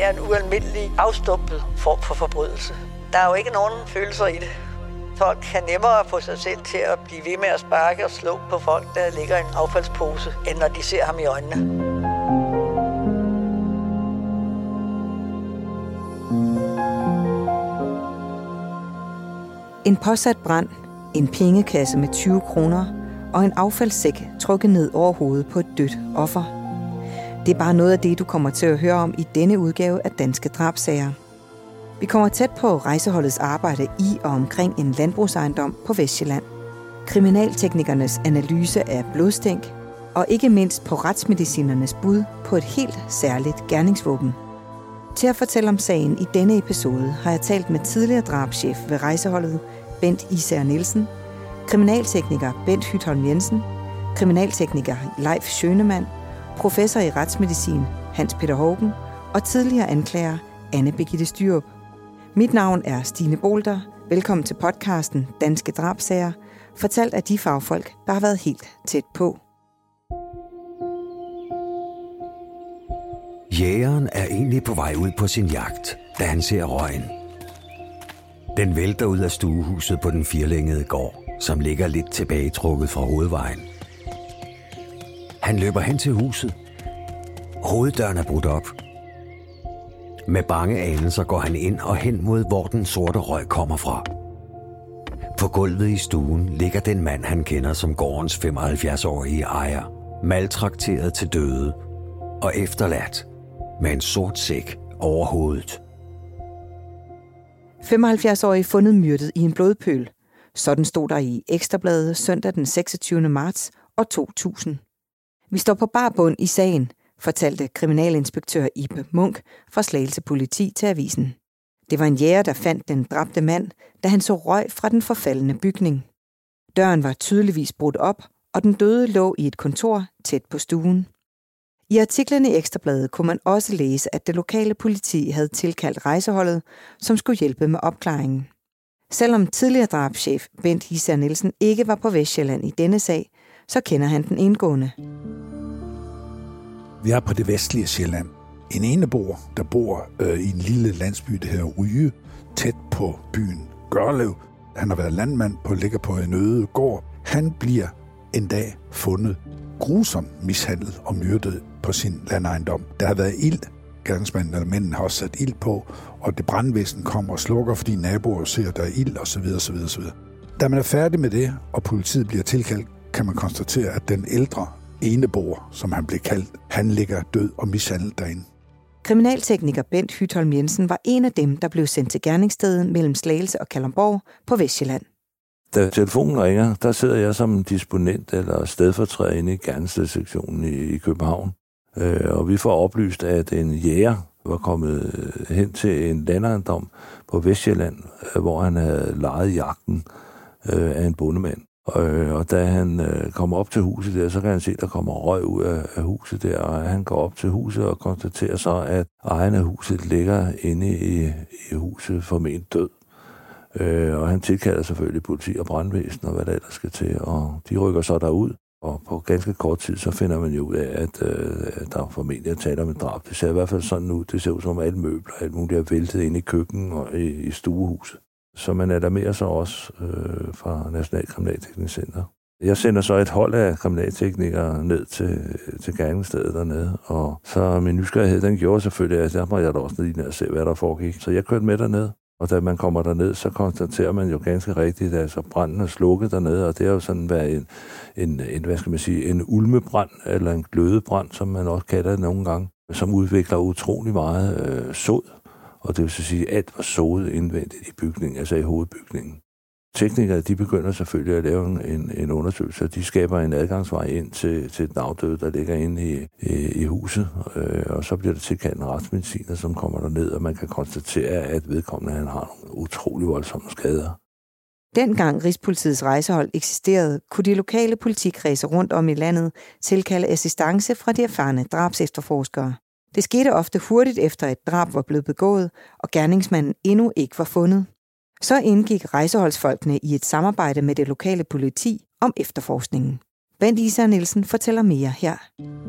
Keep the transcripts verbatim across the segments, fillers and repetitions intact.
det er en ualmindelig afstumpet form for forbrydelse. Der er jo ikke nogen følelser i det. Folk kan nemmere få sig selv til at blive ved med at sparke og slå på folk, der ligger i en affaldspose, end når de ser ham i øjnene. En påsat brand, en pengekasse med tyve kroner og en affaldssæk trukket ned over hovedet på et dødt offer. Det er bare noget af det, du kommer til at høre om i denne udgave af Danske Drabssager. Vi kommer tæt på rejseholdets arbejde i og omkring en landbrugsejendom på Vestsjælland. Kriminalteknikernes analyse af blodstænk og ikke mindst på retsmedicinernes bud på et helt særligt gerningsvåben. Til at fortælle om sagen i denne episode har jeg talt med tidligere drabschef ved rejseholdet Bent Isager Nielsen, kriminaltekniker Bent Hytholm Jensen, kriminaltekniker Leif Schønemann, professor i retsmedicin Hans Peter Haugen og tidligere anklager Anne Birgitte Styrup. Mit navn er Stine Bolter. Velkommen til podcasten Danske Drabssager, fortalt af de fagfolk, der har været helt tæt på. Jægeren er egentlig på vej ud på sin jagt, da han ser røgen. Den vælter ud af stuehuset på den firlængede gård, som ligger lidt tilbagetrukket fra hovedvejen. Han løber hen til huset. Hoveddøren er brudt op. Med bange anelser går han ind og hen mod, hvor den sorte røg kommer fra. På gulvet i stuen ligger den mand, han kender som gårdens femoghalvfjerds-årige ejer, maltrakteret til døde og efterladt med en sort sæk over hovedet. femoghalvfjerds-årig fundet myrdet i en blodpøl. Sådan stod der i Ekstrabladet søndag den seksogtyvende marts år to tusind. Vi står på bar bund i sagen, fortalte kriminalinspektør Ibe Munk fra Slagelse Politi til avisen. Det var en jæger, der fandt den dræbte mand, da han så røg fra den forfaldne bygning. Døren var tydeligvis brudt op, og den døde lå i et kontor tæt på stuen. I artiklen i Ekstrabladet kunne man også læse, at det lokale politi havde tilkaldt rejseholdet, som skulle hjælpe med opklaringen. Selvom tidligere drabschef Bent Isager Nielsen ikke var på Vestsjælland i denne sag, så kender han den indgående. Vi er på det vestlige Sjælland. En eneboer, der bor øh, i en lille landsby, der hedder Ryge, tæt på byen Gørlev. Han har været landmand på ligger på en øde gård. Han bliver en dag fundet grusomt mishandlet og myrdet på sin landejendom. Der har været ild. Gerningsmanden eller mænden har også sat ild på, og det brandvæsen kommer og slukker, fordi naboer ser, der er ild osv. osv., osv. Da man er færdig med det, og politiet bliver tilkaldt, kan man konstatere, at den ældre eneboer, som han blev kaldt, han ligger død og mishandlet derinde. Kriminaltekniker Bent Hytholm Jensen var en af dem, der blev sendt til gerningsstedet mellem Slagelse og Kalundborg på Vestsjælland. Da telefonen ringer, der sidder jeg som disponent eller stedfortræder inde i gerningsstedssektionen i København. Og vi får oplyst, at en jæger var kommet hen til en landejendom på Vestsjælland, hvor han havde lejet jagten af en bondemand. Og da han kommer op til huset der, så kan han se, at der kommer røg ud af huset der, og han går op til huset og konstaterer så, at ejeren af huset ligger inde i, i huset formentlig død. Og han tilkalder selvfølgelig politi og brandvæsen og hvad der ellers skal til, og de rykker så derud. Og på ganske kort tid, så finder man jo ud af, at øh, der formentlig er tale om en drab. Det ser i hvert fald sådan ud. Det ser ud som alle møbler, alt muligt er væltet ind i køkkenet og i, i stuehuset. Så man alarmerer så også øh, fra National Kriminalteknisk Center. Jeg sender så et hold af kriminalteknikere ned til, til gerningsstedet dernede, og så min nysgerrighed, den gjorde selvfølgelig, at der må jeg da også ned og se, hvad der foregik. Så jeg kørte med derned. Og da man kommer derned, så konstaterer man jo ganske rigtigt, at altså branden er slukket dernede, og det er jo sådan været en, en, en, hvad skal man sige, en ulmebrand, eller en glødebrand, som man også kalder det nogle gange, som udvikler utrolig meget øh, sod, og det vil så sige, at alt var sodet indvendigt i bygningen, altså i hovedbygningen. Teknikere, de begynder selvfølgelig at lave en, en undersøgelse, og de skaber en adgangsvej ind til, til den afdøde, der ligger inde i, i, i huset, øh, og så bliver det tilkaldt en retsmediciner, som kommer derned, og man kan konstatere, at vedkommende han har nogle utrolig voldsomme skader. Dengang Rigspolitiets rejsehold eksisterede, kunne de lokale politikredse rundt om i landet tilkalde assistance fra de erfarne drabsefterforskere. Det skete ofte hurtigt efter et drab var blevet begået, og gerningsmanden endnu ikke var fundet. Så indgik rejseholdsfolkene i et samarbejde med det lokale politi om efterforskningen. Bent Isager Nielsen fortæller mere her.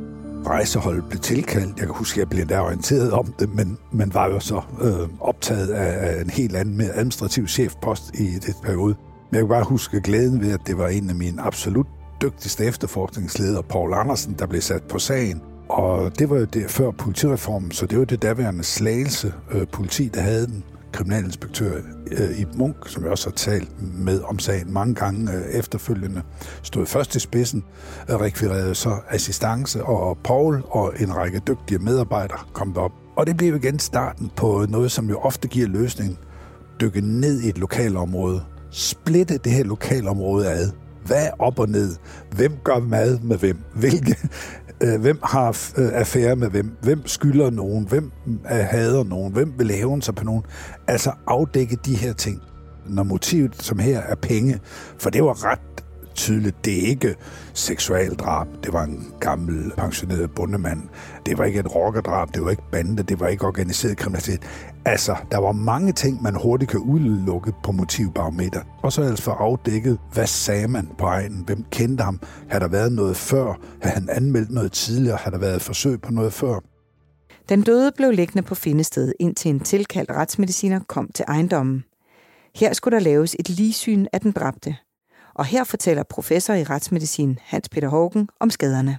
rejsehold blev tilkaldt. Jeg kan huske, at jeg blev der orienteret om det, men man var jo så øh, optaget af, af en helt anden, mere administrativ chefpost i det periode. Men jeg kan bare huske glæden ved, at det var en af mine absolut dygtigste efterforskningsledere, Poul Andersen, der blev sat på sagen. Og det var jo det før politireformen, så det var det daværende Slagelse øh, politi, der havde den. Kriminalinspektør øh, Ib Munk, som jeg også har talt med om sagen mange gange øh, efterfølgende, stod først i spidsen, øh, rekvirerede så assistance, og Poul og en række dygtige medarbejdere kom op. Og det blev igen starten på noget, som jo ofte giver løsningen. Dykke ned i et lokalområde. Splitte det her lokalområde ad. Hvad er op og ned? Hvem gør mad med hvem? Hvilke... Hvem har affære med hvem? Hvem skylder nogen? Hvem hader nogen? Hvem vil hæve sig på nogen? Altså afdække de her ting. Når motivet som her er penge, for det var ret tydeligt, det er ikke seksualdrab. Det var en gammel pensioneret bondemand. Det var ikke et rockerdrab, det var ikke bande, det var ikke organiseret kriminalitet. Altså, der var mange ting, man hurtigt kan udelukke på motivbarometer. Og så altså for afdækket, hvad sagde man på egnen? Hvem kendte ham? Har der været noget før? Har han anmeldt noget tidligere? Har der været forsøg på noget før? Den døde blev liggende på findestedet, indtil en tilkaldt retsmediciner kom til ejendommen. Her skulle der laves et ligsyn af den dræbte. Og her fortæller professor i retsmedicin Hans Peter Haugen om skaderne.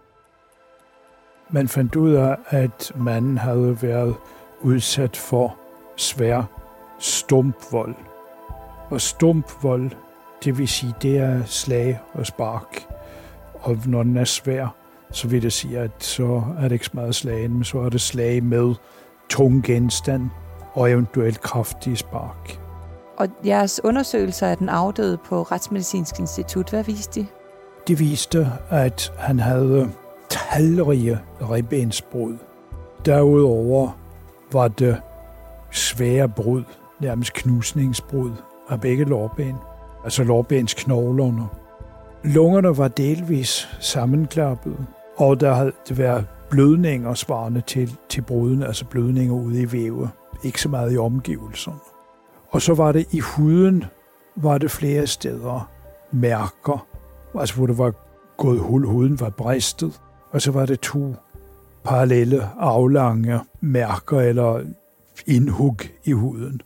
Man fandt ud af, at manden havde været udsat for svær stumpvold. Og stumpvold, det vil sige, det er slag og spark. Og når den er svær, så vil det sige, at så er det ikke så meget slagen, men så er det slag med tung genstand og eventuelt kraftige spark. Og jeres undersøgelser af den afdøde på Retsmedicinsk Institut, hvad viste de? De viste, at han havde talrige ribbensbrud. Derudover var det svære brud, nærmest knusningsbrud af begge lårben, altså lårbensknoglerne. Lungerne var delvis sammenklappet, og der havde været blødninger svarende til, til bruden, altså blødninger ude i væve, ikke så meget i omgivelserne. Og så var det i huden, var det flere steder mærker, altså hvor det var gået hul, huden var bristet, og så var det to parallelle aflange mærker eller indhug i huden.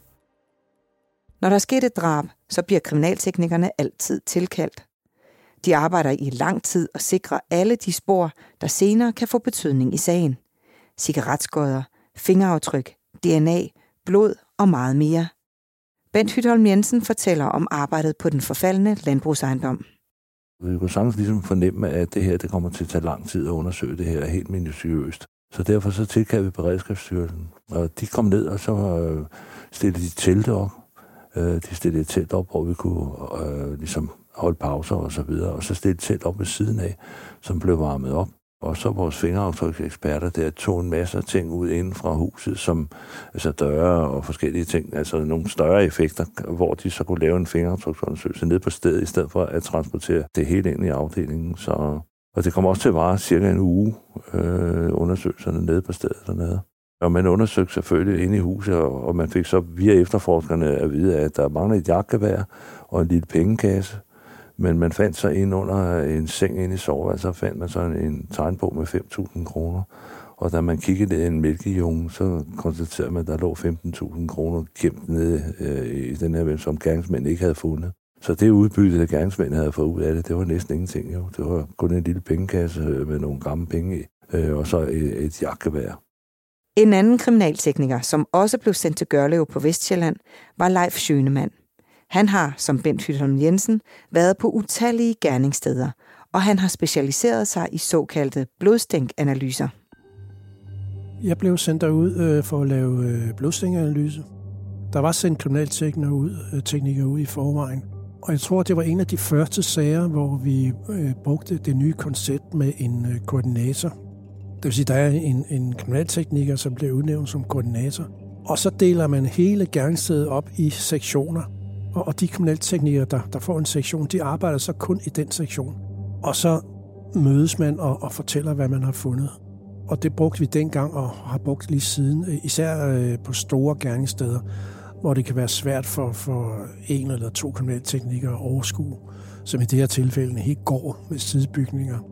Når der sker et drab, så bliver kriminalteknikerne altid tilkaldt. De arbejder i lang tid og sikrer alle de spor, der senere kan få betydning i sagen. Cigaretskodder, fingeraftryk, D N A, blod og meget mere. Bent Hytholm Jensen fortæller om arbejdet på den forfaldne landbrugsejendom. Vi kunne sagtens ligesom fornemme, at det her det kommer til at tage lang tid at undersøge det her helt minutiøst. Så derfor så tilkaldte vi Beredskabsstyrelsen. Og de kom ned, og så øh, stillede de telte op. Øh, de stillede et telt op, hvor vi kunne øh, ligesom holde pauser og så videre. Og så stillede et telt op ved siden af, som blev varmet op. Og så vores fingeraftrykseksperter der tog en masse af ting ud inden fra huset, som altså døre og forskellige ting, altså nogle større effekter, hvor de så kunne lave en fingeraftryksundersøgelse ned på stedet, i stedet for at transportere det hele ind i afdelingen. Så, og det kommer også til at vare cirka en uge, øh, undersøgelserne nede på stedet dernede. Og man undersøgte selvfølgelig inde i huset, og man fik så via efterforskerne at vide, at der mangler et jagtgevær og en lille pengekasse. Men man fandt så ind under en seng inde i soveværelset, så fandt man så en, en tegnbog med fem tusind kroner. Og da man kiggede ned i en mælkejunge, så konstaterede man, at der lå femten tusind kroner gemt nede øh, i den her, som gerningsmænd ikke havde fundet. Så det udbytte, at gerningsmænd havde fået ud af det, det var næsten ingenting. Jo. Det var kun en lille pengekasse med nogle gamle penge i, øh, og så et, et jagtgevær. En anden kriminaltekniker, som også blev sendt til Gørlev på Vestsjælland, var Leif Schønemann. Han har, som Bent Hytholm Jensen, været på utallige gerningssteder, og han har specialiseret sig i såkaldte blodstænkanalyser. Jeg blev sendt derud øh, for at lave øh, blodstænkanalyse. Der var sendt kriminalteknikere ud, øh, teknikere ud i forvejen. Og jeg tror, det var en af de første sager, hvor vi øh, brugte det nye koncept med en øh, koordinator. Det vil sige, der er en, en kriminaltekniker, som bliver udnævnt som koordinator. Og så deler man hele gerningsstedet op i sektioner. Og de kriminalteknikere, der, der får en sektion, de arbejder så kun i den sektion. Og så mødes man og, og fortæller, hvad man har fundet. Og det brugte vi dengang og har brugt lige siden, især øh, på store gerningssteder, hvor det kan være svært for, for en eller to kriminalteknikere at overskue, som i det her tilfælde helt går med sidebygninger.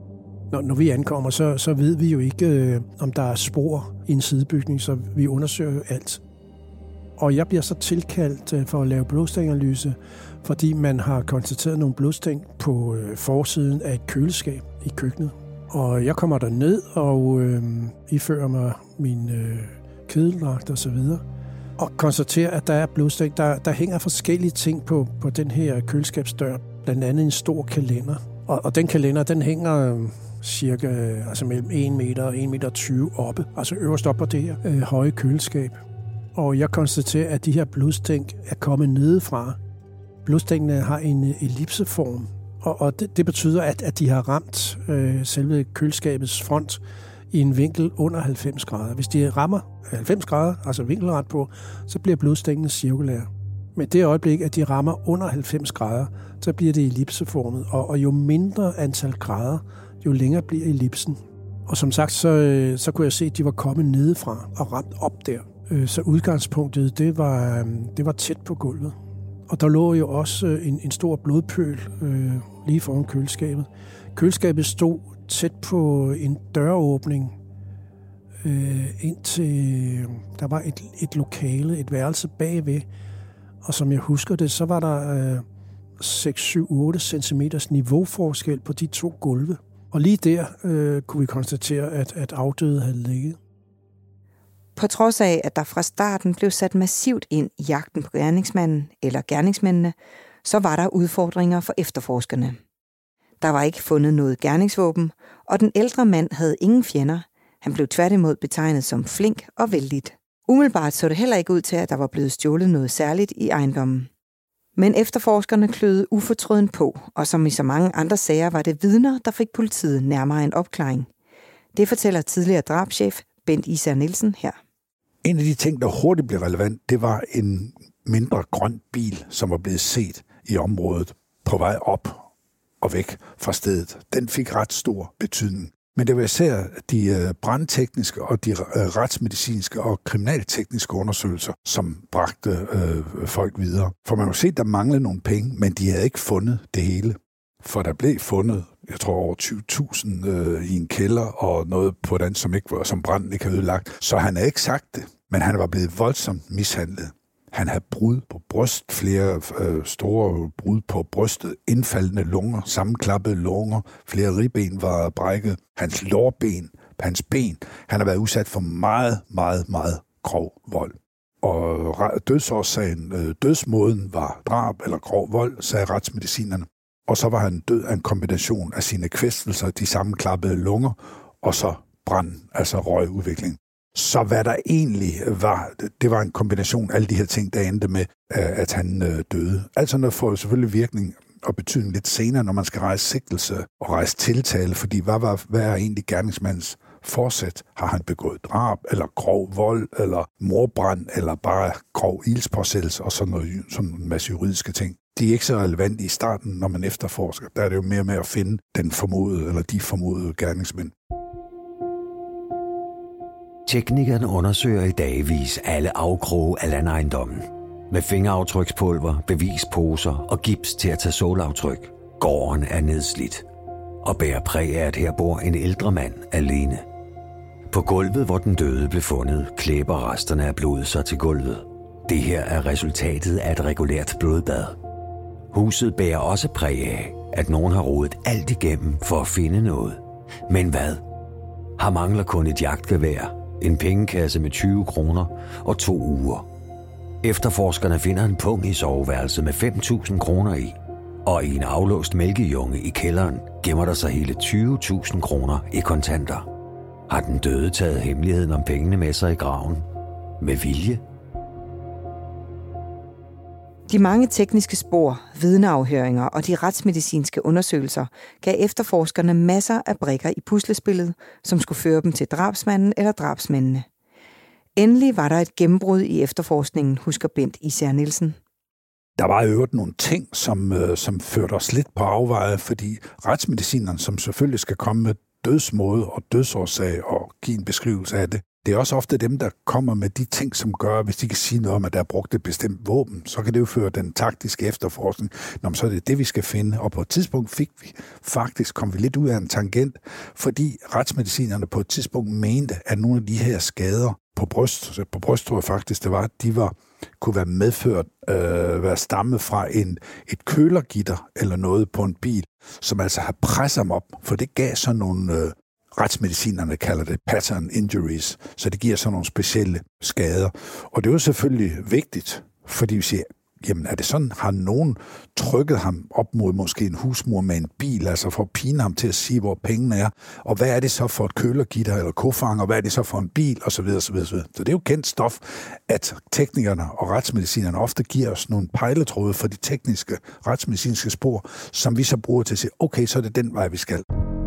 Når, når vi ankommer, så, så ved vi jo ikke, øh, om der er spor i en sidebygning, så vi undersøger jo alt. Og jeg bliver så tilkaldt øh, for at lave blodstænganalyse, fordi man har konstateret nogle blodstæng på øh, forsiden af et køleskab i køkkenet. Og jeg kommer der ned og øh, ifører mig min øh, kedeldragt og så videre, og konstaterer, at der er blodstæng. Der, der hænger forskellige ting på, på den her køleskabsdør, blandt andet en stor kalender. Og, og den kalender, den hænger øh, cirka altså mellem en meter og en meter tyve oppe, altså øverst op på det her øh, høje køleskab. Og jeg konstaterer, at de her blodstænk er kommet nedefra. Blodstænkene har en ellipseform, og, og det, det betyder, at, at de har ramt øh, selve køleskabets front i en vinkel under halvfems grader. Hvis de rammer halvfems grader, altså vinkelret på, så bliver blodstænkene cirkulære. Men det øjeblik, at de rammer under halvfems grader, så bliver det ellipseformet, og, og jo mindre antal grader, jo længere bliver ellipsen. Og som sagt, så, så kunne jeg se, at de var kommet nedefra og ramt op der. Så udgangspunktet, det var, det var tæt på gulvet. Og der lå jo også en, en stor blodpøl øh, lige foran køleskabet. Køleskabet stod tæt på en døråbning, øh, indtil der var et, et lokale, et værelse bagved. Og som jeg husker det, så var der øh, seks syv otte centimeters niveauforskel på de to gulve. Og lige der øh, kunne vi konstatere, at, at afdøde havde ligget. På trods af, at der fra starten blev sat massivt ind i jagten på gerningsmanden eller gerningsmændene, så var der udfordringer for efterforskerne. Der var ikke fundet noget gerningsvåben, og den ældre mand havde ingen fjender. Han blev tværtimod betegnet som flink og vældigt. Umiddelbart så det heller ikke ud til, at der var blevet stjålet noget særligt i ejendommen. Men efterforskerne kløede ufortrøden på, og som i så mange andre sager var det vidner, der fik politiet nærmere en opklaring. Det fortæller tidligere drabschef Bent Især Nielsen her. En af de ting, der hurtigt blev relevant, det var en mindre grøn bil, som var blevet set i området på vej op og væk fra stedet. Den fik ret stor betydning. Men det var især de brandtekniske og de retsmedicinske og kriminaltekniske undersøgelser, som bragte øh, folk videre. For man kunne se, at der manglede nogle penge, men de havde ikke fundet det hele. For der blev fundet, jeg tror, over tyve tusind øh, i en kælder, og noget på den, som, ikke var, som branden ikke havde ødelagt. Så han havde ikke sagt det, men han var blevet voldsomt mishandlet. Han havde brud på bryst, flere øh, store brud på brystet, indfaldende lunger, sammenklappede lunger, flere ribben var brækket. Hans lårben, hans ben, han har været udsat for meget, meget, meget grov vold. Og dødsårsagen, øh, dødsmåden var drab eller grov vold, sagde retsmedicinerne. Og så var han død af en kombination af sine kvæstelser, de sammenklappede lunger, og så brand, altså røgudvikling. Så hvad der egentlig var, det var en kombination af alle de her ting, der endte med, at han døde. Altså noget får jo selvfølgelig virkning og betydning lidt senere, når man skal rejse sigtelse og rejse tiltale, fordi hvad, var, hvad er egentlig gerningsmandens forsæt? Har han begået drab, eller grov vold, eller mordbrand, eller bare grov ildspåsættelse og sådan, noget, sådan en masse juridiske ting? De er ikke så relevante i starten, når man efterforsker. Der er det jo mere med at finde den formodede, eller de formodede gerningsmænd. Teknikerne undersøger i dagvis alle afkroge af landejendommen. Med fingeraftrykspulver, bevisposer og gips til at tage sålaftryk. Gården er nedslidt og bærer præg af, at her bor en ældre mand alene. På gulvet, hvor den døde blev fundet, klæber resterne af blodet sig til gulvet. Det her er resultatet af et regulært blodbad. Huset bærer også præg af, at nogen har rodet alt igennem for at finde noget. Men hvad? Her mangler kun et jagtgevær, en pengekasse med tyve kroner og to uger. Efterforskerne finder en pung i soveværelset med fem tusind kroner i, og i en aflåst mælkejunge i kælderen gemmer der sig hele tyve tusind kroner i kontanter. Har den døde taget hemmeligheden om pengene med sig i graven? Med vilje? De mange tekniske spor, vidneafhøringer og de retsmedicinske undersøgelser gav efterforskerne masser af brikker i puslespillet, som skulle føre dem til drabsmanden eller drabsmændene. Endelig var der et gennembrud i efterforskningen, husker Bent Især Nielsen. Der var i øvrigt nogle ting, som, øh, som førte os lidt på afveje, fordi retsmedicinerne, som selvfølgelig skal komme med dødsmåde og dødsårsag og give en beskrivelse af det, Det er også ofte dem, der kommer med de ting, som gør, hvis de kan sige noget om, at der er brugt et bestemt våben, så kan det jo føre den taktiske efterforskning. Nå, så er det det, vi skal finde. Og på et tidspunkt fik vi faktisk, kom vi lidt ud af en tangent, fordi retsmedicinerne på et tidspunkt mente, at nogle af de her skader på bryst, på bryst tror jeg faktisk, det var, at de var, kunne være medført, øh, være stammet fra en, et kølergitter eller noget på en bil, som altså har presset dem op, for det gav sådan nogle... Øh, retsmedicinerne kalder det pattern injuries, så det giver sådan nogle specielle skader. Og det er jo selvfølgelig vigtigt, fordi vi siger, jamen er det sådan, har nogen trykket ham op mod måske en husmor med en bil, altså for at pine ham til at sige, hvor pengene er, og hvad er det så for et kølergitter eller kofanger, og hvad er det så for en bil, osv. osv., osv. Så det er jo kendt stof, at teknikerne og retsmedicinerne ofte giver os nogle pejletråde for de tekniske retsmedicinske spor, som vi så bruger til at sige, okay, så er det den vej, vi skal.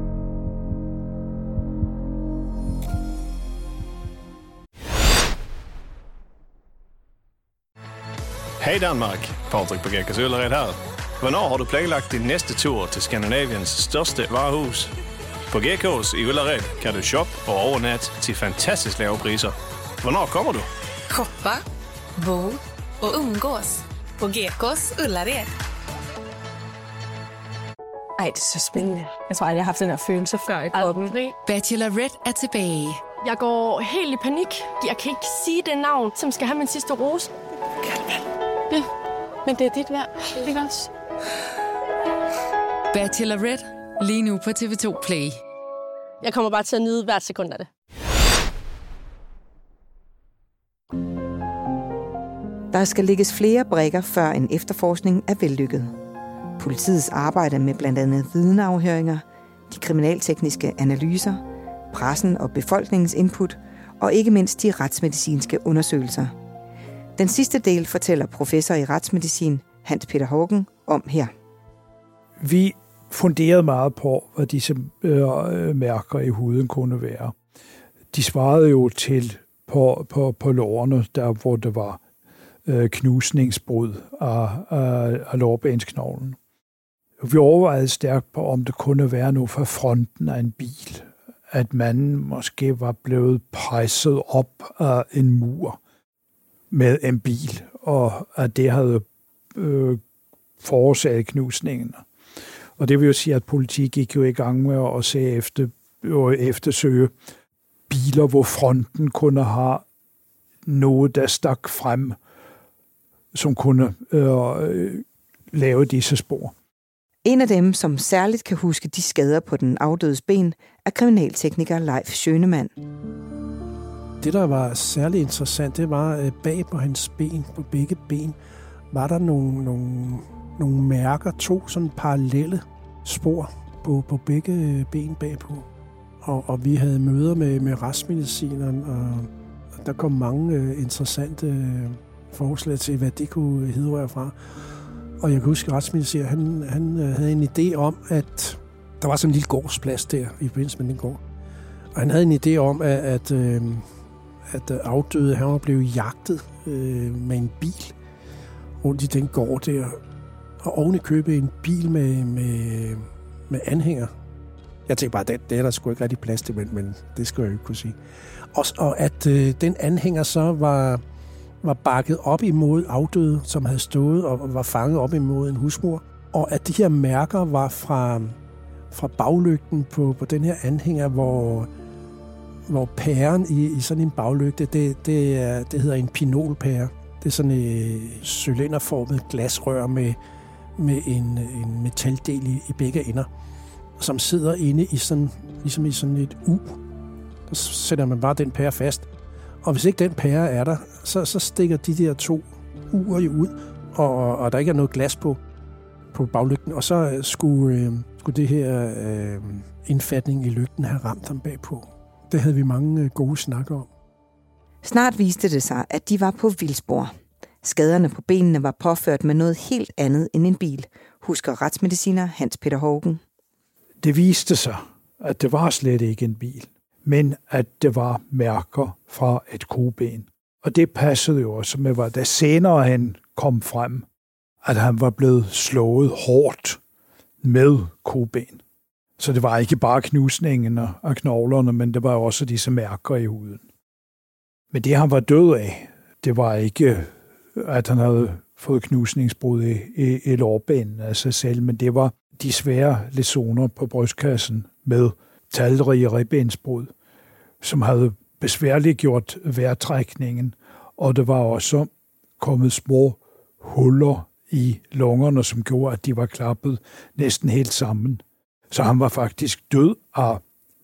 Hej Danmark, Patrick på Gekkas Øllered her. Hvornår har du planlagt din næste tur til Skandinaviens største varehus? På Gekkas i Øllered kan du shoppe og overnatte til fantastisk lave priser. Hvornår kommer du? Shoppa, bo och umgås på Gekkas Øllered. Ej, det er så spændende. Jeg tror aldrig, jeg har haft den her følelse før i kroppen. Bachelorette er tilbage. Jeg går helt i panik. Jeg kan ikke sige det navn, som skal have min sidste rose. Ja, men det er dit værd. Ikke også? Bachelorette, lige nu på T V to Play. Jeg kommer bare til at nyde hvert sekund af det. Der skal lægges flere brikker, før en efterforskning er vellykket. Politiets arbejde med blandt andet vidneafhøringer, de kriminaltekniske analyser, pressen og befolkningens input, og ikke mindst de retsmedicinske undersøgelser. Den sidste del fortæller professor i retsmedicin, Hans Peter Haugen, om her. Vi funderede meget på, hvad disse øh, mærker i huden kunne være. De svarede jo til på, på, på lårene, der hvor det var øh, knusningsbrud af, af, af lårbensknoglen. Vi overvejede stærkt på, om det kunne være noget fra fronten af en bil. At manden måske var blevet presset op af en mur med en bil, og at det havde øh, forårsaget knusningen. Og det vil jo sige, at politiet gik jo i gang med at se efter, og eftersøge biler, hvor fronten kunne have noget, der stak frem, som kunne øh, lave disse spor. En af dem, som særligt kan huske de skader på den afdødes ben, er kriminaltekniker Leif Schønemann. Det, der var særlig interessant, det var, at bag på hans ben, på begge ben, var der nogle, nogle, nogle mærker, to sådan parallelle spor på, på begge ben bagpå. Og, og vi havde møder med, med retsmedicineren, og der kom mange uh, interessante uh, forslag til, hvad det kunne hidrøre fra. Og jeg kan huske, at retsmedicineren, han, han uh, havde en idé om, at der var sådan en lille gårdsplads der i forbindelse med den gård. Og han havde en idé om, at, at, uh, at afdøde, han var blevet jagtet uh, med en bil rundt i den gård der. Og oven i købe en bil med, med, med anhænger. Jeg tænkte bare, at det, det er der sgu ikke rigtig plads til, men, men det skulle jeg ikke kunne sige. Og, og at øh, den anhænger så var, var bakket op imod afdøde, som havde stået og var fanget op imod en husmor. Og at de her mærker var fra, fra baglygten på, på den her anhænger, hvor, hvor pæren i, i sådan en baglygte, det, det, er, det hedder en pinolpære. Det er sådan et cylinderformet glasrør med, med en, en metaldel i, i begge ender, som sidder inde i sådan, ligesom i sådan et U. Der sætter man bare den pære fast. Og hvis ikke den pære er der, så, så stikker de der to uger jo ud, og, og der ikke er noget glas på, på baglygten. Og så skulle, øh, skulle det her øh, indfatning i lygten have ramt ham bagpå. Det havde vi mange gode snakker om. Snart viste det sig, at de var på vildspor. Skaderne på benene var påført med noget helt andet end en bil, husker retsmediciner Hans Peter Haugen. Det viste sig, at det var slet ikke en bil, men at det var mærker fra et koben. Og det passede jo også med, hvad der senere han kom frem, at han var blevet slået hårdt med koben. Så det var ikke bare knusningen af knoglerne, men det var også disse mærker i huden. Men det, han var død af, det var ikke, at han havde fået knusningsbrud i, i, i lårbenet af sig selv, men det var de svære læsioner på brystkassen med talrige ribbensbrud, som havde besværligt gjort vejrtrækningen, og der var også kommet små huller i lungerne, som gjorde, at de var klappet næsten helt sammen. Så han var faktisk død af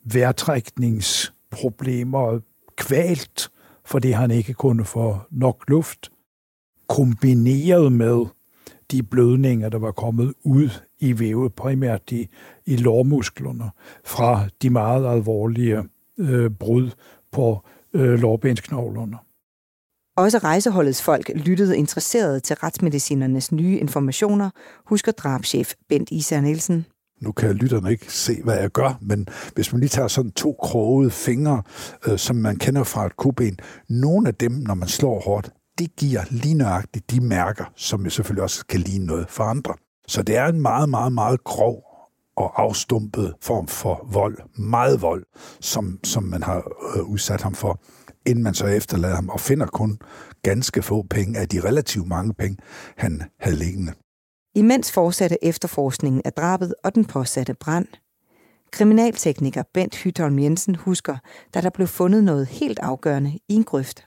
vejrtrækningsproblemer, kvalt, fordi han ikke kunne få nok luft, kombineret med de blødninger, der var kommet ud i vævet, primært i, i lårmusklerne, fra de meget alvorlige øh, brud på øh, lårbensknoglerne. Også rejseholdets folk lyttede interesseret til retsmedicinernes nye informationer, husker drabschef Bent Især Nielsen. Nu kan lytterne ikke se, hvad jeg gør, men hvis man lige tager sådan to krogede fingre, øh, som man kender fra et koben, nogle af dem, når man slår hårdt, det giver lige nøjagtigt de mærker, som jo selvfølgelig også kan ligne noget for andre. Så det er en meget, meget, meget grov og afstumpet form for vold, meget vold, som, som man har øh, udsat ham for, inden man så efterlader ham og finder kun ganske få penge af de relativt mange penge, han havde liggende. Imens fortsatte efterforskningen af drabet og den påsatte brand. Kriminaltekniker Bent Hytholm Jensen husker, da der blev fundet noget helt afgørende i en grøft.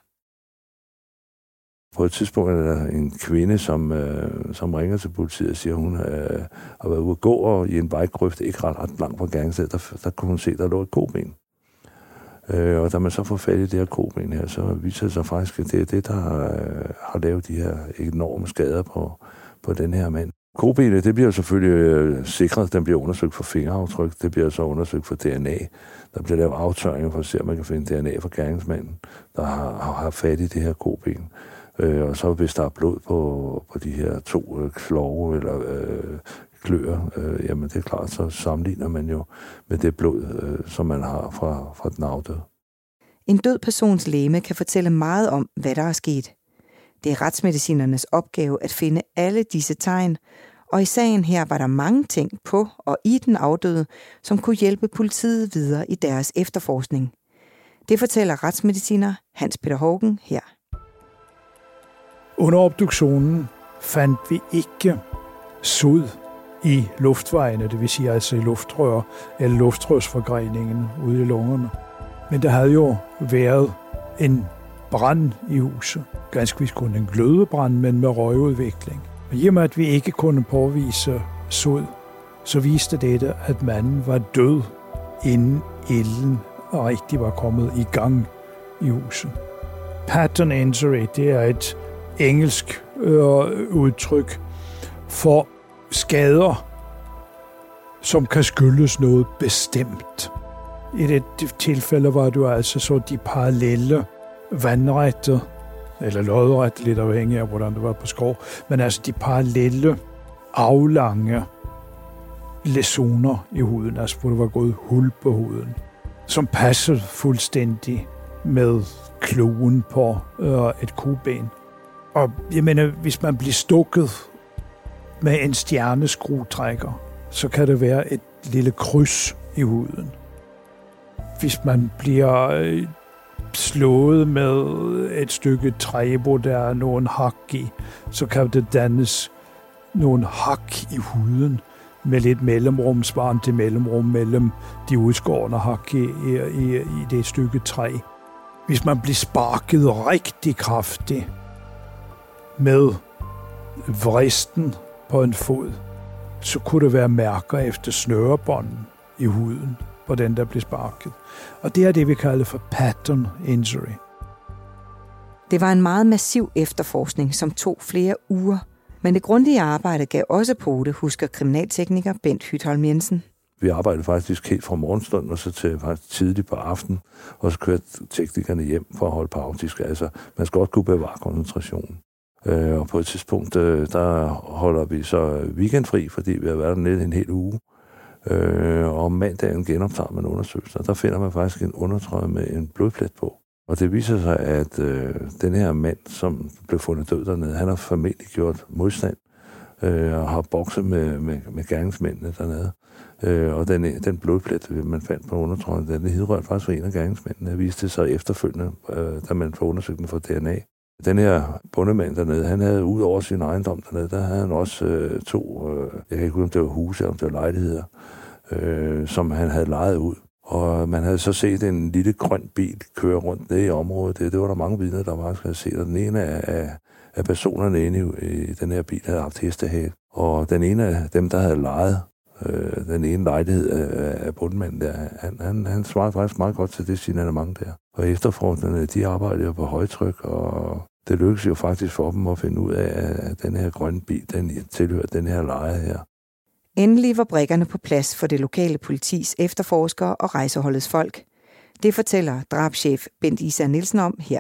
På et tidspunkt er der en kvinde, som, øh, som ringer til politiet og siger, at hun øh, har været ude at gå, og i en vejgrøft, ikke ret, ret langt fra gerningsstedet, der, der kunne hun se, der lå et koben. Øh, og da man så får fat i det her koben her, så viser det sig faktisk, at det er det, der øh, har lavet de her enorme skader på, på den her mand. Kobenet, det bliver selvfølgelig øh, sikret, den bliver undersøgt for fingeraftryk, det bliver så undersøgt for D N A. Der bliver lavet aftørringer for at se, om man kan finde D N A fra gerningsmanden, der har, har fat i det her koben. Øh, og så hvis der er blod på, på de her to øh, klove eller øh, kløer, øh, jamen det er klart, så sammenligner man jo med det blod, øh, som man har fra, fra den afdøde. En død persons legeme kan fortælle meget om, hvad der er sket. Det er retsmedicinernes opgave at finde alle disse tegn, og i sagen her var der mange ting på og i den afdøde, som kunne hjælpe politiet videre i deres efterforskning. Det fortæller retsmediciner Hans Peter Haugen her. Under obduktionen fandt vi ikke sod i luftvejene, det vil sige altså i luftrør eller luftrørsforgreningen ude i lungerne. Men der havde jo været en brand i huset. Ganske vist kun en glødebrand, men med røgudvikling. Og i og med, at vi ikke kunne påvise sod, så viste dette, at manden var død, inden ilden rigtig var kommet i gang i huset. Pattern injury, det er et engelsk øh, udtryk for skader, som kan skyldes noget bestemt. I det tilfælde var du altså så de parallelle vandrette, eller lodrette, lidt afhængig af, hvordan det var på skov, men altså de parallelle, aflange læsioner i huden, altså hvor der var gået hul på huden, som passede fuldstændig med kloen på øh, et koben. Og jeg mener, hvis man bliver stukket med en stjerneskruetrækker, så kan det være et lille kryds i huden. Hvis man bliver øh, slået med et stykke træ, hvor der er nogle hak i, så kan det dannes nogle hak i huden med lidt mellemrum, svarende til mellemrum mellem de udskårne hak i, i, i det stykke træ. Hvis man bliver sparket rigtig kraftigt med vristen på en fod, så kunne det være mærker efter snørebånden i huden på den, der bliver sparket. Og det er det, vi kalder for pattern injury. Det var en meget massiv efterforskning, som tog flere uger. Men det grundige arbejde gav også på det, husker kriminaltekniker Bent Hytholm Jensen. Vi arbejdede faktisk helt fra morgenstunden og så til faktisk tidligt på aftenen, og så kørte teknikerne hjem for at holde pause. Altså, man skal godt kunne bevare koncentrationen. Øh, og på et tidspunkt, øh, der holder vi så weekendfri, fordi vi har været der lidt en hel uge. Øh, og om mandagen genoptager man undersøgelser, og der finder man faktisk en undertrøje med en blodplet på. Og det viser sig, at øh, den her mand, som blev fundet død dernede, han har formentlig gjort modstand øh, og har bokset med, med, med gerningsmændene dernede. Øh, og den, den blodplet, man fandt på undertrøjen, den hidrørte faktisk for en af gerningsmændene. Det viste sig efterfølgende, øh, da man får undersøgt den for D N A. Den her bondemand dernede, han havde ud over sin ejendom dernede, der havde han også øh, to, øh, jeg kan ikke huske, om det var huse eller om det var lejligheder, øh, som han havde lejet ud. Og man havde så set en lille grøn bil køre rundt nede i området. Det, det var der mange vidner, der faktisk havde set. Og den ene af, af personerne inde i, i den her bil havde haft hestehæl. Og den ene af dem, der havde lejet øh, den ene lejlighed af, af bundmanden der, han, han, han svarede faktisk meget godt til det signalement der. Og efterforskerne, de arbejdede jo på højtryk, og det lykkedes jo faktisk for dem at finde ud af, at den her grønne bil, den tilhører den her leje her. Endelig var brikkerne på plads for det lokale politis efterforskere og rejseholdets folk. Det fortæller drabschef Bent Isa Nielsen om her.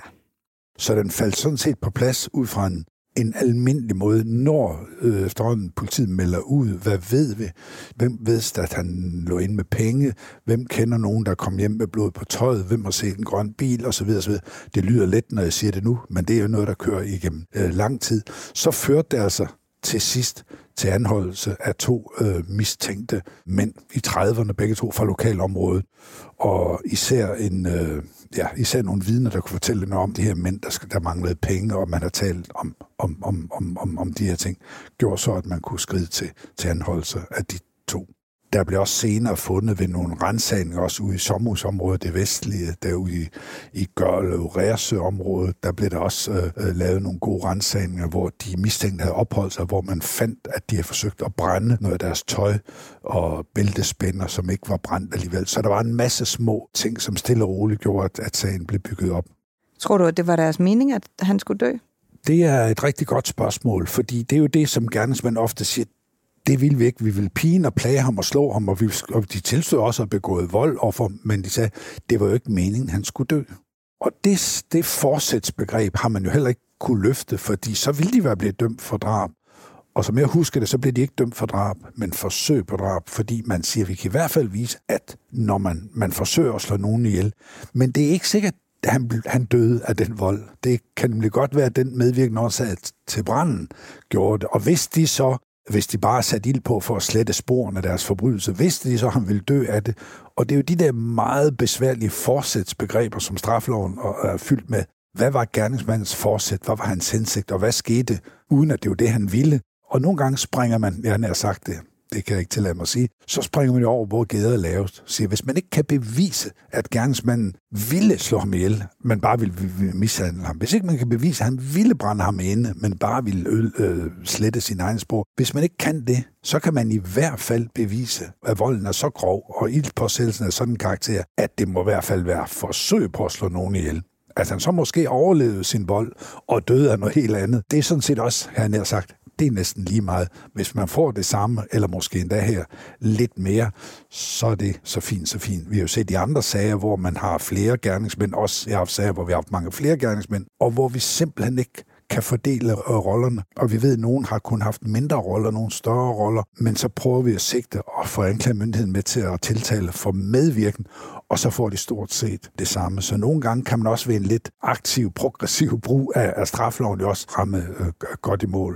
Så den faldt sådan set på plads ud fra en, en almindelig måde, når øh, efterhånden politiet melder ud. Hvad ved vi? Hvem ved, at han lå inde med penge? Hvem kender nogen, der kom hjem med blod på tøjet? Hvem har set en grøn bil? Og så videre, så videre. Det lyder let, når jeg siger det nu, men det er jo noget, der kører igennem øh, lang tid. Så førte det altså til sidst til anholdelse af to øh, mistænkte mænd i trediverne, begge to fra lokalområdet. Og især, en, øh, ja, især nogle vidner, der kunne fortælle noget om de her mænd, der, der manglede penge, og man har talt om, om, om, om, om, om de her ting, gjorde så, at man kunne skride til, til anholdelse af de to. Der blev også senere fundet ved nogle ransagninger, også ude i sommerhusområdet, det vestlige, derude i, i Gørlev-Rærsø-området, der blev der også øh, lavet nogle gode ransagninger, hvor de mistænkte havde opholdt sig, hvor man fandt, at de havde forsøgt at brænde noget af deres tøj og bæltespænder, som ikke var brændt alligevel. Så der var en masse små ting, som stille og roligt gjorde, at, at sagen blev bygget op. Tror du, at det var deres mening, at han skulle dø? Det er et rigtig godt spørgsmål, fordi det er jo det, som gerningsmænd ofte siger, det ville vi ikke. Vi ville pine og plage ham og slå ham, og, vi, og de tilstod også at have begået vold overfor, men de sagde, det var jo ikke meningen, han skulle dø. Og det, det forsætsbegreb har man jo heller ikke kunne løfte, fordi så ville de være blevet dømt for drab. Og som jeg husker det, så blev de ikke dømt for drab, men forsøg på drab, fordi man siger, at vi kan i hvert fald vise, at når man, man forsøger at slå nogen ihjel, men det er ikke sikkert, at han, han døde af den vold. Det kan nemlig godt være, at den medvirkende årsag til branden gjorde det. Og hvis de så Hvis de bare satte ild på for at slette sporene af deres forbrydelse, vidste de så, at han ville dø af det. Og det er jo de der meget besværlige forsætsbegreber, som straffeloven er fyldt med. Hvad var gerningsmandens forsæt? Hvad var hans hensigt? Og hvad skete, uden at det var det, han ville? Og nogle gange springer man, jeg har sagt det, det kan jeg ikke tillade mig at sige, så springer man jo over, hvor gæder er lavet. Så hvis man ikke kan bevise, at gerningsmanden ville slå ham ihjel, men bare ville mishandle ham. Hvis ikke man kan bevise, at han ville brænde ham inde, men bare ville øl, øh, slette sin egen spor. Hvis man ikke kan det, så kan man i hvert fald bevise, at volden er så grov, og ildpåsættelsen er sådan en karakter, at det må i hvert fald være forsøg på at slå nogen ihjel. At han så måske overlevede sin vold og døde af noget helt andet. Det er sådan set også, her nær sagt, det er næsten lige meget. Hvis man får det samme, eller måske endda her lidt mere, så er det så fint, så fint. Vi har jo set i andre sager, hvor man har flere gerningsmænd, også jeg har haft sager, hvor vi har haft mange flere gerningsmænd, og hvor vi simpelthen ikke kan fordele rollerne. Og vi ved, at nogen har kun haft mindre roller, nogle større roller, men så prøver vi at sigte og få anklagemyndigheden med til at tiltale for medvirken, og så får de stort set det samme. Så nogle gange kan man også ved en lidt aktiv, progressiv brug af, af strafloven jo også ramme øh, godt i mål.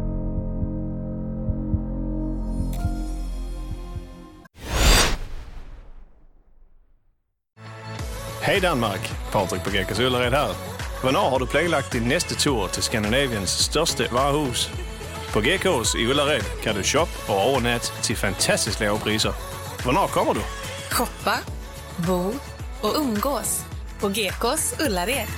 Hej Danmark, Patrik på Gekås Øllered her. Hvornår har du planlagt din næste tur til Skandinaviens største varehus? På Gekås i Øllered kan du shoppe og overnatte til fantastisk lave priser. Hvornår kommer du? Shoppa, bo och umgås på Gekås Ullared.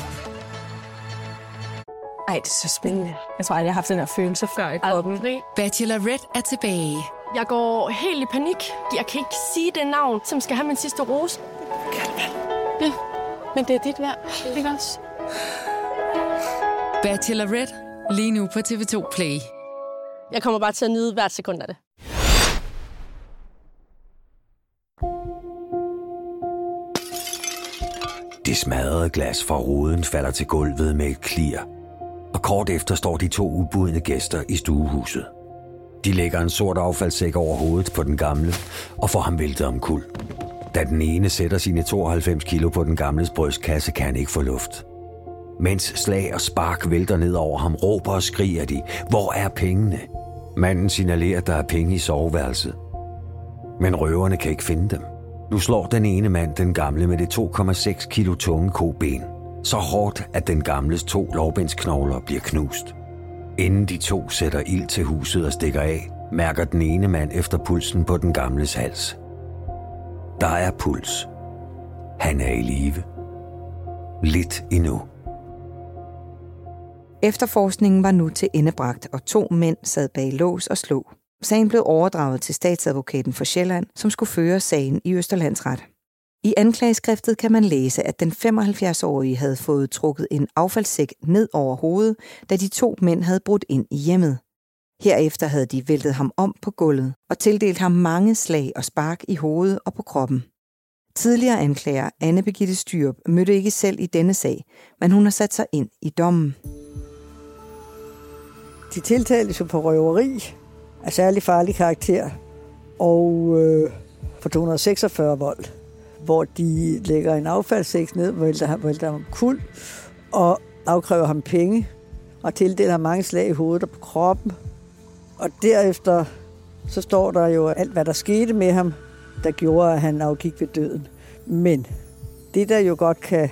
Ej, det er så spændende. Jeg tror aldrig, jeg har haft den her følelse før i kroppen. Bachelorette er tilbage. Jeg går helt i panik. Jeg kan ikke sige det navn, som skal have min sidste rose. Det, men det er dit værd. Ikke også? Bachelorette, lige nu på T V to Play. Jeg kommer bare til at nyde hvert sekund af det. Det smadrede glas fra ruden falder til gulvet med et klirr. Og kort efter står de to ubudne gæster i stuehuset. De lægger en sort affaldssæk over hovedet på den gamle og får ham væltet omkuld. Da den ene sætter sine tooghalvfems kilo på den gamles brystkasse, kan han ikke få luft. Mens slag og spark vælter ned over ham, råber og skriger de, hvor er pengene? Manden signalerer, at der er penge i soveværelset. Men røverne kan ikke finde dem. Nu slår den ene mand den gamle med det to komma seks kilo tunge koben. Så hårdt, at den gamles to lårbensknogler bliver knust. Inden de to sætter ild til huset og stikker af, mærker den ene mand efter pulsen på den gamles hals. Der er puls. Han er i live. Lidt endnu. Efterforskningen var nu til endebragt, og to mænd sad bag lås og slå. Sagen blev overdraget til statsadvokaten for Sjælland, som skulle føre sagen i Østerlandsret. I anklageskriftet kan man læse, at den femoghalvfjerds-årige havde fået trukket en affaldssæk ned over hovedet, da de to mænd havde brudt ind i hjemmet. Herefter havde de væltet ham om på gulvet og tildelt ham mange slag og spark i hovedet og på kroppen. Tidligere anklager Anne Birgitte Styrup mødte ikke selv i denne sag, men hun har sat sig ind i dommen. De tiltales jo på røveri af særlig farlig karakter og øh, for to hundrede og seksogfyrre vold, hvor de lægger en affaldssæk ned, vælter ham, vælter ham kul og afkræver ham penge og tildeler ham mange slag i hovedet og på kroppen. Og derefter så står der jo alt, hvad der skete med ham, der gjorde, at han afgik ved døden. Men det, der jo godt kan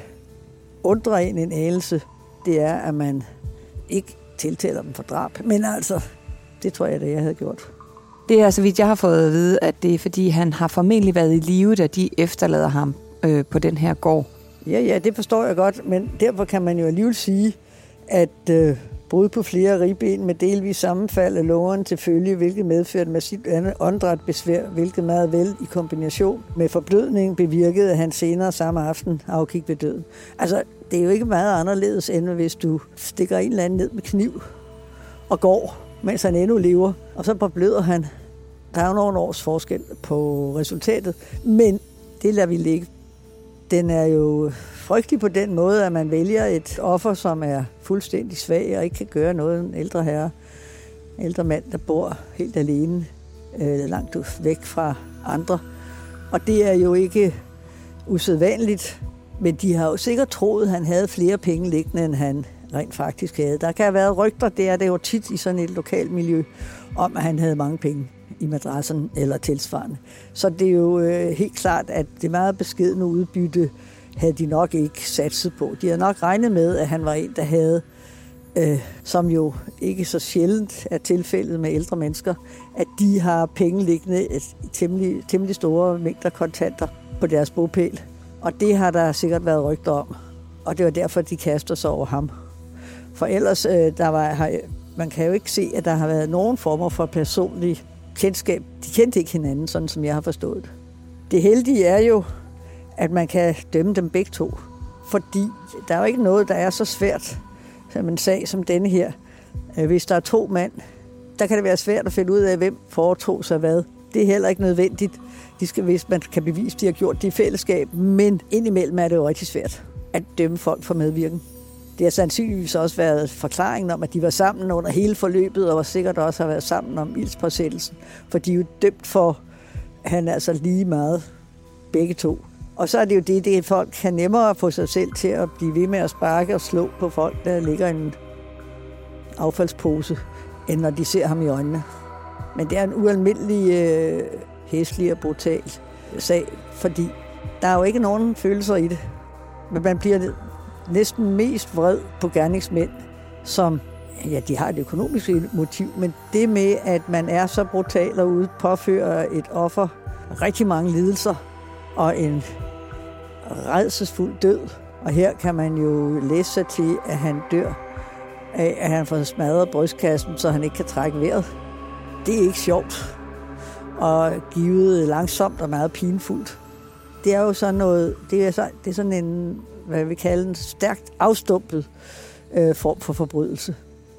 undre en en anelse, det er, at man ikke tiltaler dem for drab. Men altså, det tror jeg, det jeg havde gjort. Det er, så vidt jeg har fået at vide, at det er, fordi han har formentlig været i live, da de efterlader ham øh, på den her gård. Ja, ja, det forstår jeg godt, men derfor kan man jo alligevel sige, at øh, brud på flere ribben med delvis sammenfald af låren til følge, hvilket medførte massivt åndedrætsbesvær, hvilket meget vel i kombination med forblødning bevirkede, at han senere samme aften afgik ved døden. Altså, det er jo ikke meget anderledes, end hvis du stikker en eller anden ned med kniv og går, mens han endnu lever, og så forbløder han. Der er jo nogle års forskel på resultatet, men det lader vi ligge. Den er jo frygtelig på den måde, at man vælger et offer, som er fuldstændig svag og ikke kan gøre noget. En ældre herre, en ældre mand, der bor helt alene, øh, langt væk fra andre. Og det er jo ikke usædvanligt, men de har jo sikkert troet, at han havde flere penge liggende, end han rent faktisk havde. Der kan have været rygter, det er det jo tit i sådan et lokalt miljø, om at han havde mange penge i madrassen eller tilsvarende. Så det er jo øh, helt klart, at det meget beskedne udbytte havde de nok ikke satset på. De havde nok regnet med, at han var en, der havde, øh, som jo ikke så sjældent er tilfældet med ældre mennesker, at de har penge liggende et temmelig, temmelig store mængder kontanter på deres bopæl. Og det har der sikkert været rygter om. Og det var derfor, de kaster sig over ham. For ellers, øh, der var, har, man kan jo ikke se, at der har været nogen former for personlig kendskab. De kendte ikke hinanden, sådan som jeg har forstået det. Det heldige er jo, at man kan dømme dem begge to. Fordi der er jo ikke noget, der er så svært som en sag som denne her. Hvis der er to mand, der kan det være svært at finde ud af, hvem foretog sig hvad. Det er heller ikke nødvendigt. De skal, hvis man kan bevise, at de har gjort det i fællesskab. Men indimellem er det jo rigtig svært at dømme folk for medvirken. Det har sandsynligvis også været forklaringen om, at de var sammen under hele forløbet, og sikkert også har været sammen om ildspåsættelsen. For de er jo dømt for, han altså lige meget begge to. Og så er det jo det, det folk kan nemmere få sig selv til at blive ved med at sparke og slå på folk, der ligger i en affaldspose, end når de ser ham i øjnene. Men det er en ualmindelig øh, hæslig og brutal sag, fordi der er jo ikke nogen følelser i det. Men man bliver næsten mest vred på gerningsmænd, som, ja, de har et økonomisk motiv, men det med, at man er så brutal og ude påfører et offer rigtig mange lidelser og en rædselsfuld død. Og her kan man jo læse sig til, at han dør af, at han får smadret brystkassen, så han ikke kan trække vejret. Det er ikke sjovt, og givet langsomt og meget pinefuldt. Det er jo sådan noget, det er, så, det er sådan en, hvad vi kalder en stærkt afstumpet øh, form for forbrydelse.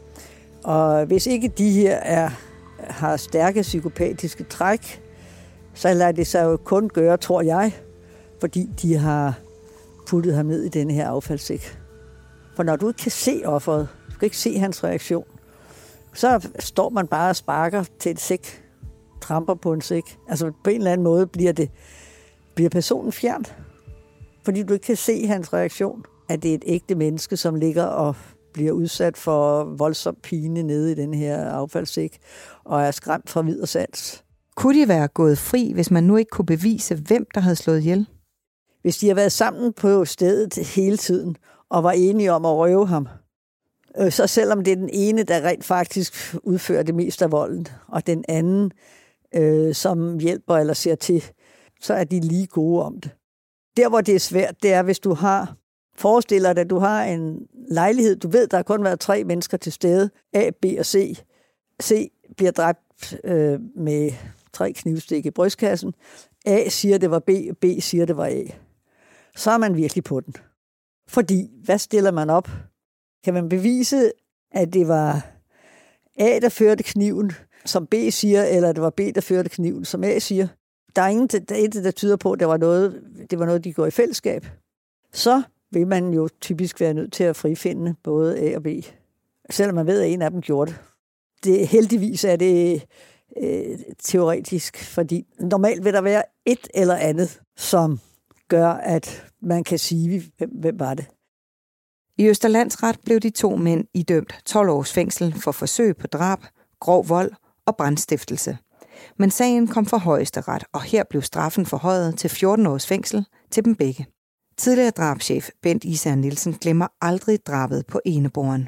Og hvis ikke de her er, har stærke psykopatiske træk, så lader det sig jo kun gøre, tror jeg, fordi de har puttet ham ned i denne her affaldssæk. For når du ikke kan se offeret, du kan ikke se hans reaktion, så står man bare og sparker til et sæk, tramper på en sæk. Altså på en eller anden måde bliver det bliver personen fjernt, fordi du ikke kan se hans reaktion, at det er et ægte menneske, som ligger og bliver udsat for voldsom pine nede i den her affaldssæk, og er skræmt fra vid og sans. Kunne de være gået fri, hvis man nu ikke kunne bevise, hvem der havde slået ihjel? Hvis de har været sammen på stedet hele tiden, og var enige om at røve ham, så selvom det er den ene, der rent faktisk udfører det meste af volden, og den anden, øh, som hjælper eller ser til, så er de lige gode om det. Der, hvor det er svært, det er, hvis du har, forestiller dig, at du har en lejlighed, du ved, der har kun været tre mennesker til stede, A, B og C. C bliver dræbt øh, med tre knivstik i brystkassen. A siger, det var B, B siger, det var A. Så er man virkelig på den. Fordi, hvad stiller man op? Kan man bevise, at det var A, der førte kniven, som B siger, eller det var B, der førte kniven, som A siger? Der er ingen, der, er der tyder på, at det var, noget, det var noget, de går i fællesskab. Så vil man jo typisk være nødt til at frifinde både A og B. Selvom man ved, at en af dem gjorde det. det heldigvis er det øh, teoretisk, fordi normalt vil der være et eller andet, som gør, at man kan sige, hvem, hvem var det. I Østerlandsret blev de to mænd idømt tolv års fængsel for forsøg på drab, grov vold og brandstiftelse. Men sagen kom for Højesteret, og her blev straffen forhøjet til fjorten års fængsel til dem begge. Tidligere drabschef Bent Især Nielsen glemmer aldrig drabet på eneboeren.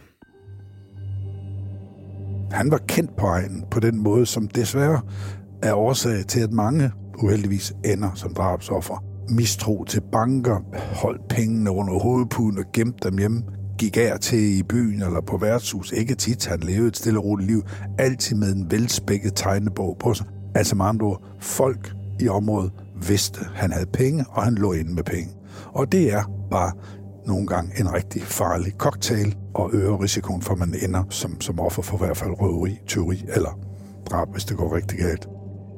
Han var kendt på egnen på den måde, som desværre er årsag til, at mange uheldigvis ender som drabsoffer. Mistro til banker, holdt pengene under hovedpuden og gemte dem hjemme, gik af til i byen eller på værtshus, ikke tit, han levede et stille og roligt liv, altid med en velspækket tegnebog på sig. Altså med andre ord, folk i området vidste, han havde penge, og han lå inde med penge. Og det er bare nogle gange en rigtig farlig cocktail, og øger risikoen for, at man ender som, som offer for i hvert fald røveri, tyveri eller drab, hvis det går rigtig galt.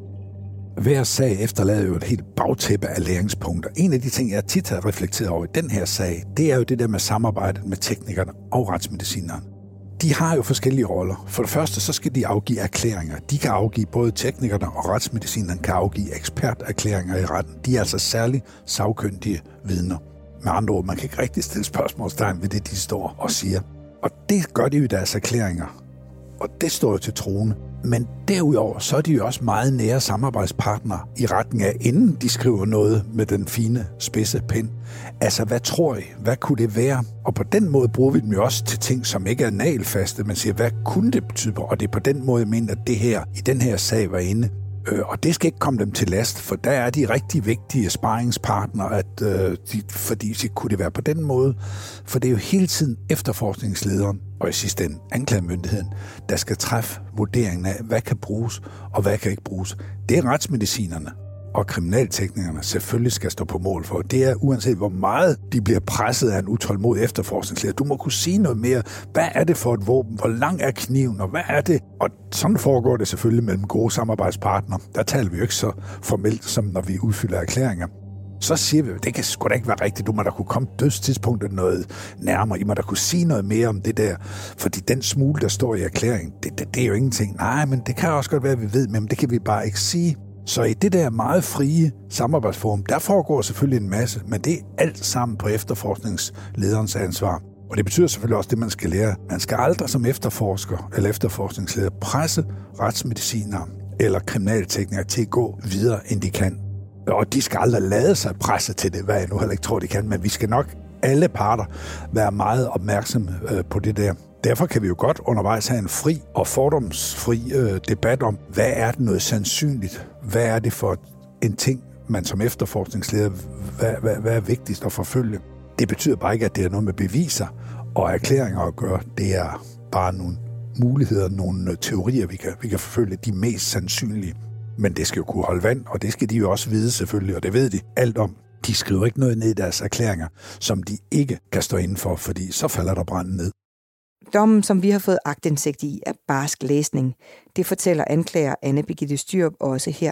Hver sag efterlader jo et helt bagtæppe af læringspunkter. En af de ting, jeg tit har reflekteret over i den her sag, det er jo det der med samarbejdet med teknikerne og retsmedicineren. De har jo forskellige roller. For det første, så skal de afgive erklæringer. De kan afgive, både teknikerne og retsmedicineren kan afgive eksperterklæringer i retten. De er altså særligt sagkyndige vidner. Med andre ord, man kan ikke rigtig stille spørgsmålstegn ved det, de står og siger. Og det gør de jo i deres erklæringer. Og det står jo til troende. Men derudover, så er de jo også meget nære samarbejdspartnere i retning af, inden de skriver noget med den fine, spidse pen. Altså, hvad tror I? Hvad kunne det være? Og på den måde bruger vi dem jo også til ting, som ikke er nagelfaste. Man siger, hvad kunne det betyde? Og det er på den måde, jeg mener, at det her, i den her sag var inde. Og det skal ikke komme dem til last, for der er de rigtig vigtige sparringspartnere, at, øh, de, fordi så kunne det være på den måde. For det er jo hele tiden efterforskningslederen, og i sidste ende anklagemyndigheden, der skal træffe vurderingen af, hvad kan bruges, og hvad kan ikke bruges. Det er retsmedicinerne og kriminalteknikerne selvfølgelig skal stå på mål for. Det er uanset hvor meget de bliver presset af en utålmodig efterforskningsleder. Du må kunne sige noget mere. Hvad er det for et våben? Hvor lang er kniven? Og hvad er det? Og sådan foregår det selvfølgelig mellem gode samarbejdspartnere. Der taler vi jo ikke så formelt, som når vi udfylder erklæringer. Så siger vi, det kan sgu da ikke være rigtigt. Du må da kunne komme dødstidspunktet noget nærmere. I må da kunne sige noget mere om det der. Fordi den smule, der står i erklæringen, det, det, det er jo ingenting. Nej, men det kan også godt være, at vi ved, men det kan vi bare ikke sige. Så i det der meget frie samarbejdsforum, der foregår selvfølgelig en masse, men det er alt sammen på efterforskningslederens ansvar. Og det betyder selvfølgelig også det, man skal lære. Man skal aldrig som efterforsker eller efterforskningsleder presse retsmedicinere eller kriminalteknikere til at gå videre, end de kan. Og de skal aldrig lade sig presse til det, hvad jeg nu heller ikke tror, de kan, men vi skal nok alle parter være meget opmærksomme på det der. Derfor kan vi jo godt undervejs have en fri og fordomsfri øh, debat om, hvad er det noget sandsynligt? Hvad er det for en ting, man som efterforskningsleder, hvad, hvad, hvad er vigtigst at forfølge? Det betyder bare ikke, at det er noget med beviser og erklæringer at gøre. Det er bare nogle muligheder, nogle teorier, vi kan, vi kan forfølge, de mest sandsynlige. Men det skal jo kunne holde vand, og det skal de jo også vide selvfølgelig, og det ved de alt om. De skriver ikke noget ned i deres erklæringer, som de ikke kan stå inden for, fordi så falder der branden ned. Dommen, som vi har fået aktindsigt i, er barsk læsning. Det fortæller anklager Anne Birgitte Styrup også her.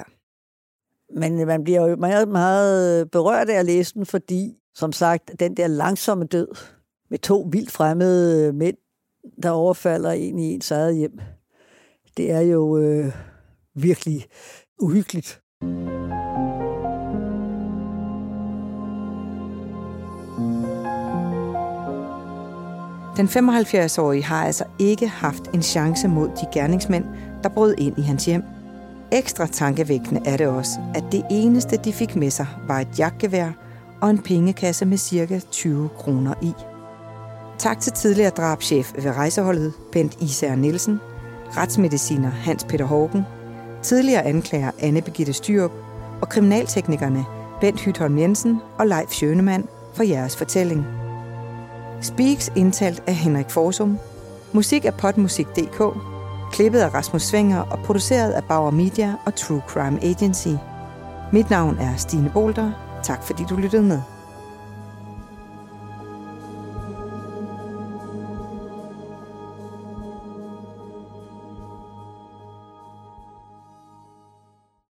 Men man bliver jo meget, meget berørt af at læse den, fordi, som sagt, den der langsomme død med to vildt fremmede mænd, der overfalder en i ens eget hjem, det er jo øh, virkelig uhyggeligt. Den femoghalvfjerds-årige har altså ikke haft en chance mod de gerningsmænd, der brød ind i hans hjem. Ekstra tankevækkende er det også, at det eneste, de fik med sig, var et jagtgevær og en pengekasse med cirka tyve kroner i. Tak til tidligere drabschef ved rejseholdet, Bent Isager Nielsen, retsmediciner Hans Peter Hågen, tidligere anklager Anne Birgitte Styrup og kriminalteknikerne Bent Hytholm Jensen og Leif Schønemann for jeres fortælling. Speaks indtalt af Henrik Forsum, musik af podmusik punktum d k, klippet af Rasmus Svinger og produceret af Bauer Media og True Crime Agency. Mit navn er Stine Bolter. Tak fordi du lyttede med.